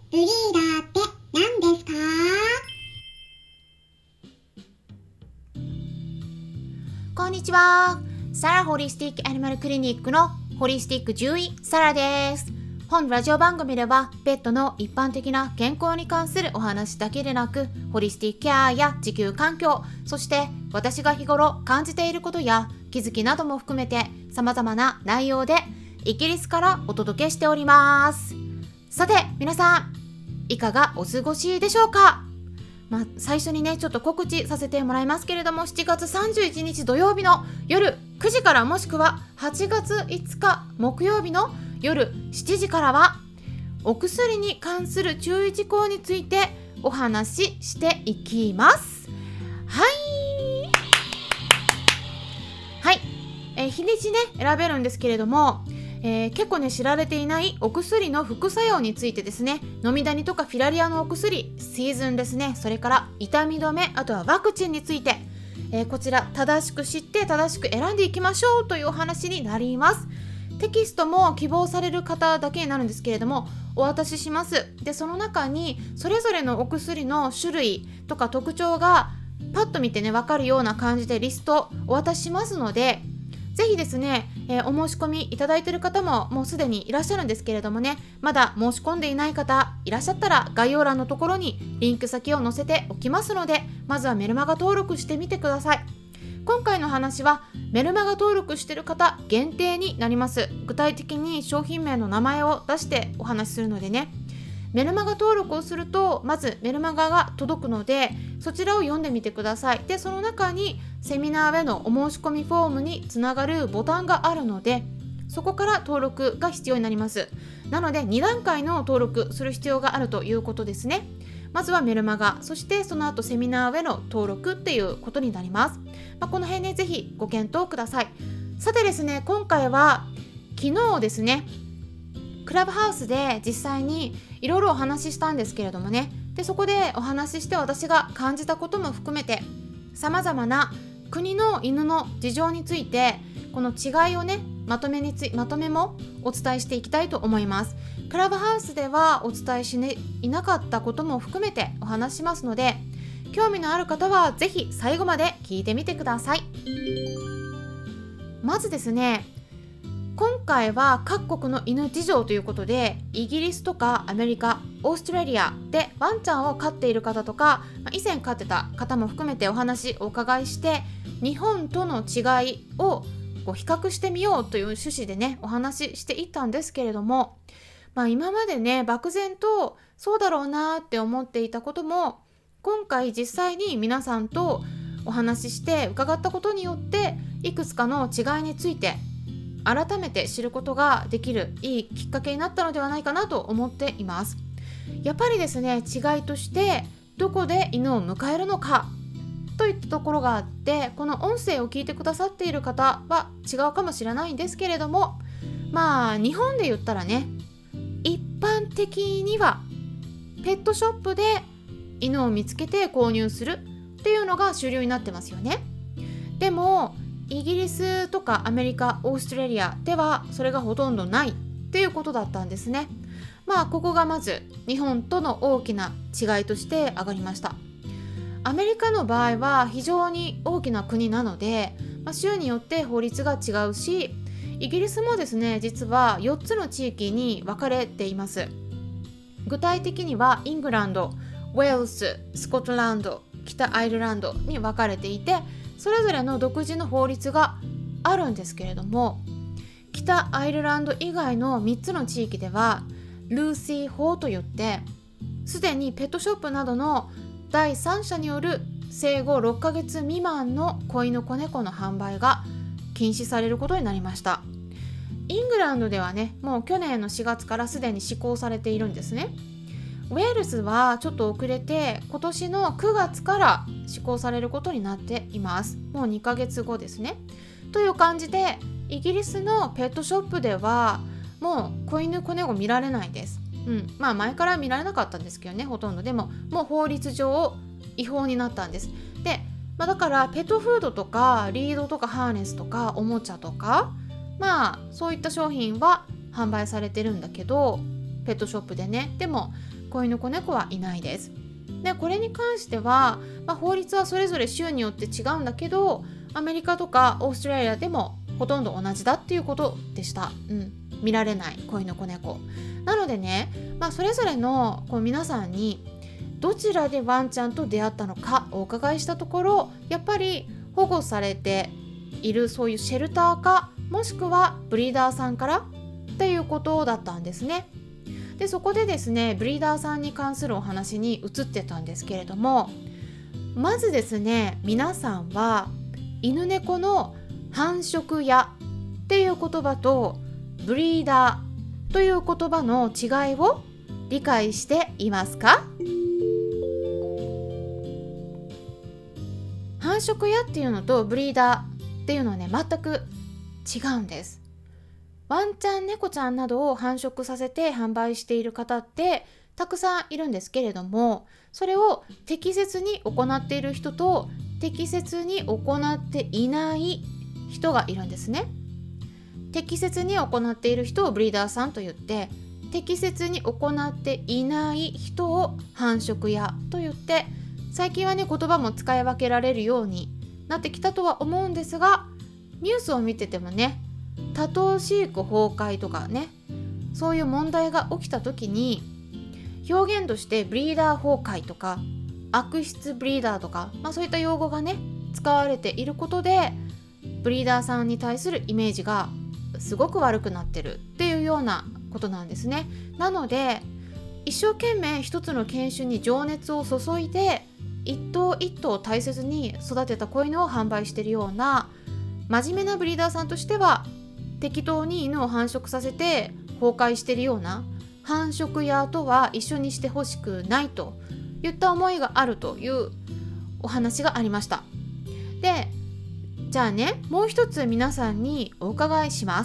ブリーダーって何ですか？ こんにちは。サラホリスティックアニマルクリニックのホリスティック獣医サラです。本ラジオ番組ではペットの一般的な健康に関するお話だけでなく、ホリスティックケアや地球環境、そして私が日頃感じていることや気づきなども含めて様々な内容でイギリスからお届けしております。さて皆さん、いかがお過ごしでしょうか？最初にねちょっと告知させてもらいますけれども、7月31日土曜日の夜9時から、もしくは8月5日木曜日の夜7時からはお薬に関する注意事項についてお話ししていきます。はい、日にちね選べるんですけれども、結構ね知られていないお薬の副作用についてですね、飲みダニとかフィラリアのお薬、シーズンですね、それから痛み止め、あとはワクチンについて、こちら正しく知って正しく選んでいきましょうというお話になります。テキストも希望される方だけになるんですけれどもお渡しします。でその中にそれぞれのお薬の種類とか特徴がパッと見てね分かるような感じでリストお渡ししますので、ぜひですね、お申し込みいただいている方ももうすでにいらっしゃるんですけれどもね、まだ申し込んでいない方いらっしゃったら概要欄のところにリンク先を載せておきますので、まずはメルマガ登録してみてください。今回の話はメルマガ登録している方限定になります。具体的に商品名の名前を出してお話しするのでね、メルマガ登録をするとまずメルマガが届くので、そちらを読んでみてください。でその中にセミナーへのお申し込みフォームにつながるボタンがあるので、そこから登録が必要になります。なので2段階の登録する必要があるということですね。まずはメルマガ、そしてその後セミナーへの登録っていうことになります。この辺ねぜひご検討ください。さてですね、今回は昨日ですね、クラブハウスで実際にいろいろお話ししたんですけれどもね、でそこでお話しして私が感じたことも含めてさまざまな国の犬の事情について、この違いをねまとめもお伝えしていきたいと思います。クラブハウスではお伝えいなかったことも含めてお話しますので、興味のある方はぜひ最後まで聞いてみてください。まずですね、今回は各国の犬事情ということで、イギリスとかアメリカ、オーストラリアでワンちゃんを飼っている方とか、以前飼ってた方も含めてお話お伺いして、日本との違いを比較してみようという趣旨でねお話ししていったんですけれども、今までね漠然とそうだろうなって思っていたことも、今回実際に皆さんとお話しして伺ったことによって、いくつかの違いについて改めて知ることができるいいきっかけになったのではないかなと思っています。やっぱりですね、違いとしてどこで犬を迎えるのかといったところがあって、この音声を聞いてくださっている方は違うかもしれないんですけれども、日本で言ったらね、一般的にはペットショップで犬を見つけて購入するっていうのが主流になってますよね。でもイギリスとかアメリカ、オーストラリアではそれがほとんどないっていうことだったんですね。ここがまず日本との大きな違いとして上がりました。アメリカの場合は非常に大きな国なので、州によって法律が違うし、イギリスもですね実は4つの地域に分かれています。具体的にはイングランド、ウェールズ、スコットランド、北アイルランドに分かれていて、それぞれの独自の法律があるんですけれども、北アイルランド以外の3つの地域ではルーシー法といって、すでにペットショップなどの第三者による生後6ヶ月未満の子犬子猫の販売が禁止されることになりました。イングランドではねもう去年の4月からすでに施行されているんですね。ウェールズはちょっと遅れて今年の9月から施行されることになっています。もう2ヶ月後ですね。という感じでイギリスのペットショップではもう子犬子猫見られないです。前から見られなかったんですけどね、ほとんど。でももう法律上違法になったんです。で、だからペットフードとかリードとかハーネスとかおもちゃとかそういった商品は販売されてるんだけど、ペットショップでね。でも子犬子猫はいないです。でこれに関しては、法律はそれぞれ州によって違うんだけど、アメリカとかオーストラリアでもほとんど同じだっていうことでした。見られない子犬子猫なのでね、それぞれの皆さんにどちらでワンちゃんと出会ったのかお伺いしたところ、やっぱり保護されているそういうシェルターか、もしくはブリーダーさんからっていうことだったんですね。でそこでですね、ブリーダーさんに関するお話に移ってたんですけれども、まずですね、皆さんは犬猫の繁殖屋っていう言葉とブリーダーという言葉の違いを理解していますか？繁殖屋っていうのとブリーダーっていうのはね、全く違うんです。ワンちゃん猫ちゃんなどを繁殖させて販売している方ってたくさんいるんですけれども、それを適切に行っている人と適切に行っていない人がいるんですね。適切に行っている人をブリーダーさんと言って、適切に行っていない人を繁殖屋と言って、最近はね言葉も使い分けられるようになってきたとは思うんですが、ニュースを見ててもね、多頭飼育崩壊とかね、そういう問題が起きた時に表現としてブリーダー崩壊とか悪質ブリーダーとか、そういった用語がね使われていることで、ブリーダーさんに対するイメージがすごく悪くなってるっていうようなことなんですね。なので一生懸命一つの犬種に情熱を注いで一頭一頭大切に育てた子犬を販売しているような真面目なブリーダーさんとしては、適当に犬を繁殖させて崩壊しているような繁殖屋とは一緒にしてほしくないといった思いがあるというお話がありました。で、じゃあね、もう一つ皆さんにお伺いします。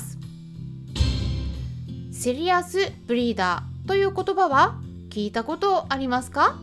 シリアスブリーダーという言葉は聞いたことありますか？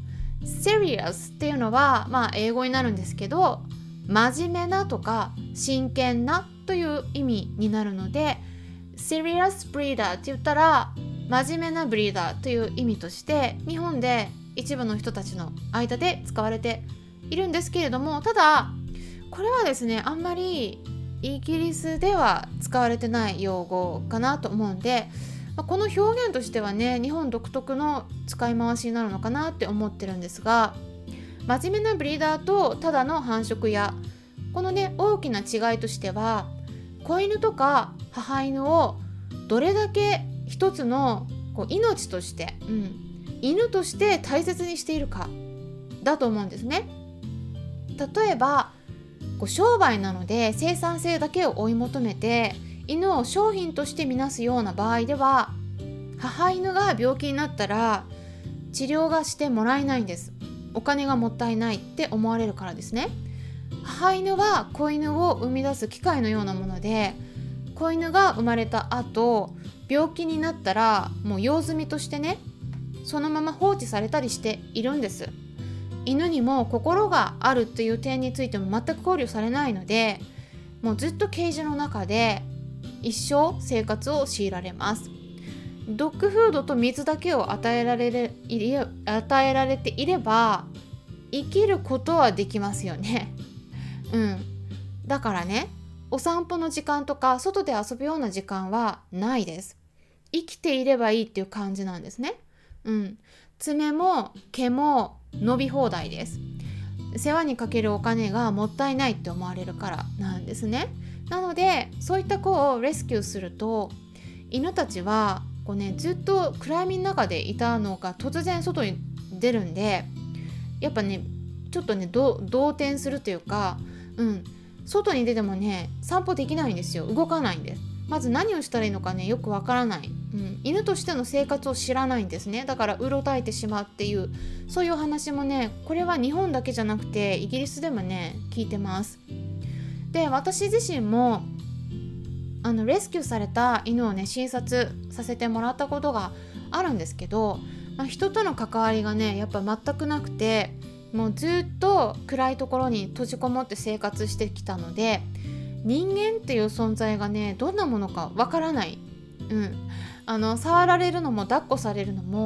Serious っていうのは、英語になるんですけど、真面目なとか真剣なという意味になるので、 Serious Breeder って言ったら真面目なブリーダーという意味として日本で一部の人たちの間で使われているんですけれども、ただこれはですね、あんまりイギリスでは使われてない用語かなと思うんで、この表現としてはね、日本独特の使い回しになるのかなって思ってるんですが、真面目なブリーダーとただの繁殖屋、このね大きな違いとしては、子犬とか母犬をどれだけ一つの命として、犬として大切にしているかだと思うんですね。例えば商売なので生産性だけを追い求めて犬を商品として見なすような場合では、母犬が病気になったら治療がしてもらえないんです。お金がもったいないって思われるからですね。母犬は子犬を生み出す機械のようなもので、子犬が生まれた後病気になったらもう用済みとしてね、そのまま放置されたりしているんです。犬にも心があるっていう点についても全く考慮されないので、もうずっとケージの中で一生生活を強いられます。ドッグフードと水だけを与えられていれば生きることはできますよね。だからね、お散歩の時間とか外で遊ぶような時間はないです。生きていればいいっていう感じなんですね。爪も毛も伸び放題です。世話にかけるお金がもったいないって思われるからなんですね。なのでそういった子をレスキューすると、犬たちはずっと暗闇の中でいたのが突然外に出るんで、やっぱねちょっとね動転するというか、外に出てもね散歩できないんですよ。動かないんです。まず何をしたらいいのかねよくわからない、犬としての生活を知らないんですね。だからうろたえてしまうっていう、そういう話もね、これは日本だけじゃなくてイギリスでもね聞いてます。で、私自身もレスキューされた犬をね診察させてもらったことがあるんですけど、人との関わりがねやっぱ全くなくて、もうずっと暗いところに閉じこもって生活してきたので、人間っていう存在がねどんなものかわからない、触られるのも抱っこされるのも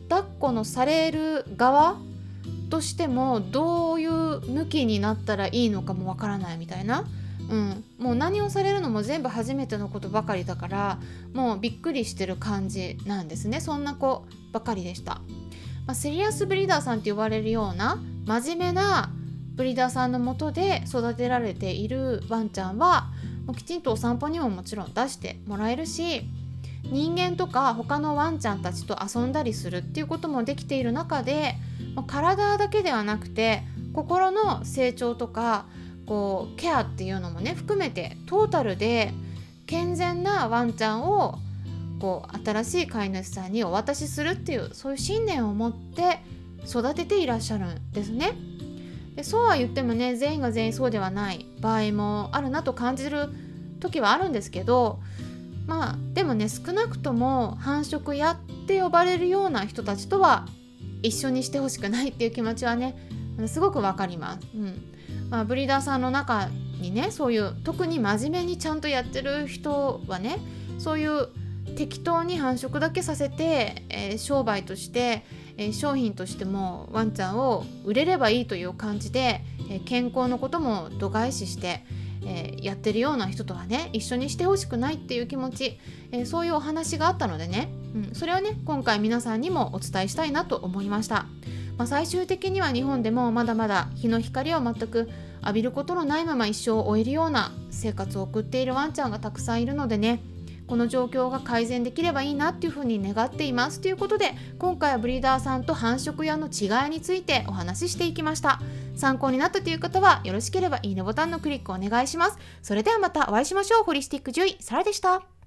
抱っこのされる側としてもどういう向きになったらいいのかもわからないみたいな、もう何をされるのも全部初めてのことばかりだから、もうびっくりしてる感じなんですね。そんな子ばかりでした。セリアスブリーダーさんって呼ばれるような真面目なブリーダーさんの下で育てられているワンちゃんはもうきちんとお散歩にももちろん出してもらえるし、人間とか他のワンちゃんたちと遊んだりするっていうこともできている中で、体だけではなくて心の成長とかケアっていうのもね含めてトータルで健全なワンちゃんを新しい飼い主さんにお渡しするっていう、そういう信念を持って育てていらっしゃるんですね。でそうは言ってもね、全員が全員そうではない場合もあるなと感じる時はあるんですけど、でもね、少なくとも繁殖屋って呼ばれるような人たちとは一緒にしてほしくないっていう気持ちはねすごくわかります。ブリーダーさんの中にね、そういう特に真面目にちゃんとやってる人はね、そういう適当に繁殖だけさせて、商売として、商品としてもワンちゃんを売れればいいという感じで、健康のことも度外視して、やってるような人とはね一緒にしてほしくないっていう気持ち、そういうお話があったのでね、それをね今回皆さんにもお伝えしたいなと思いました。最終的には日本でもまだまだ日の光を全く浴びることのないまま一生を終えるような生活を送っているワンちゃんがたくさんいるのでね、この状況が改善できればいいなっていうふうに願っていますということで、今回はブリーダーさんと繁殖屋の違いについてお話ししていきました。参考になったという方はよろしければいいねボタンのクリックお願いします。それではまたお会いしましょう。ホリスティック獣医サラでした。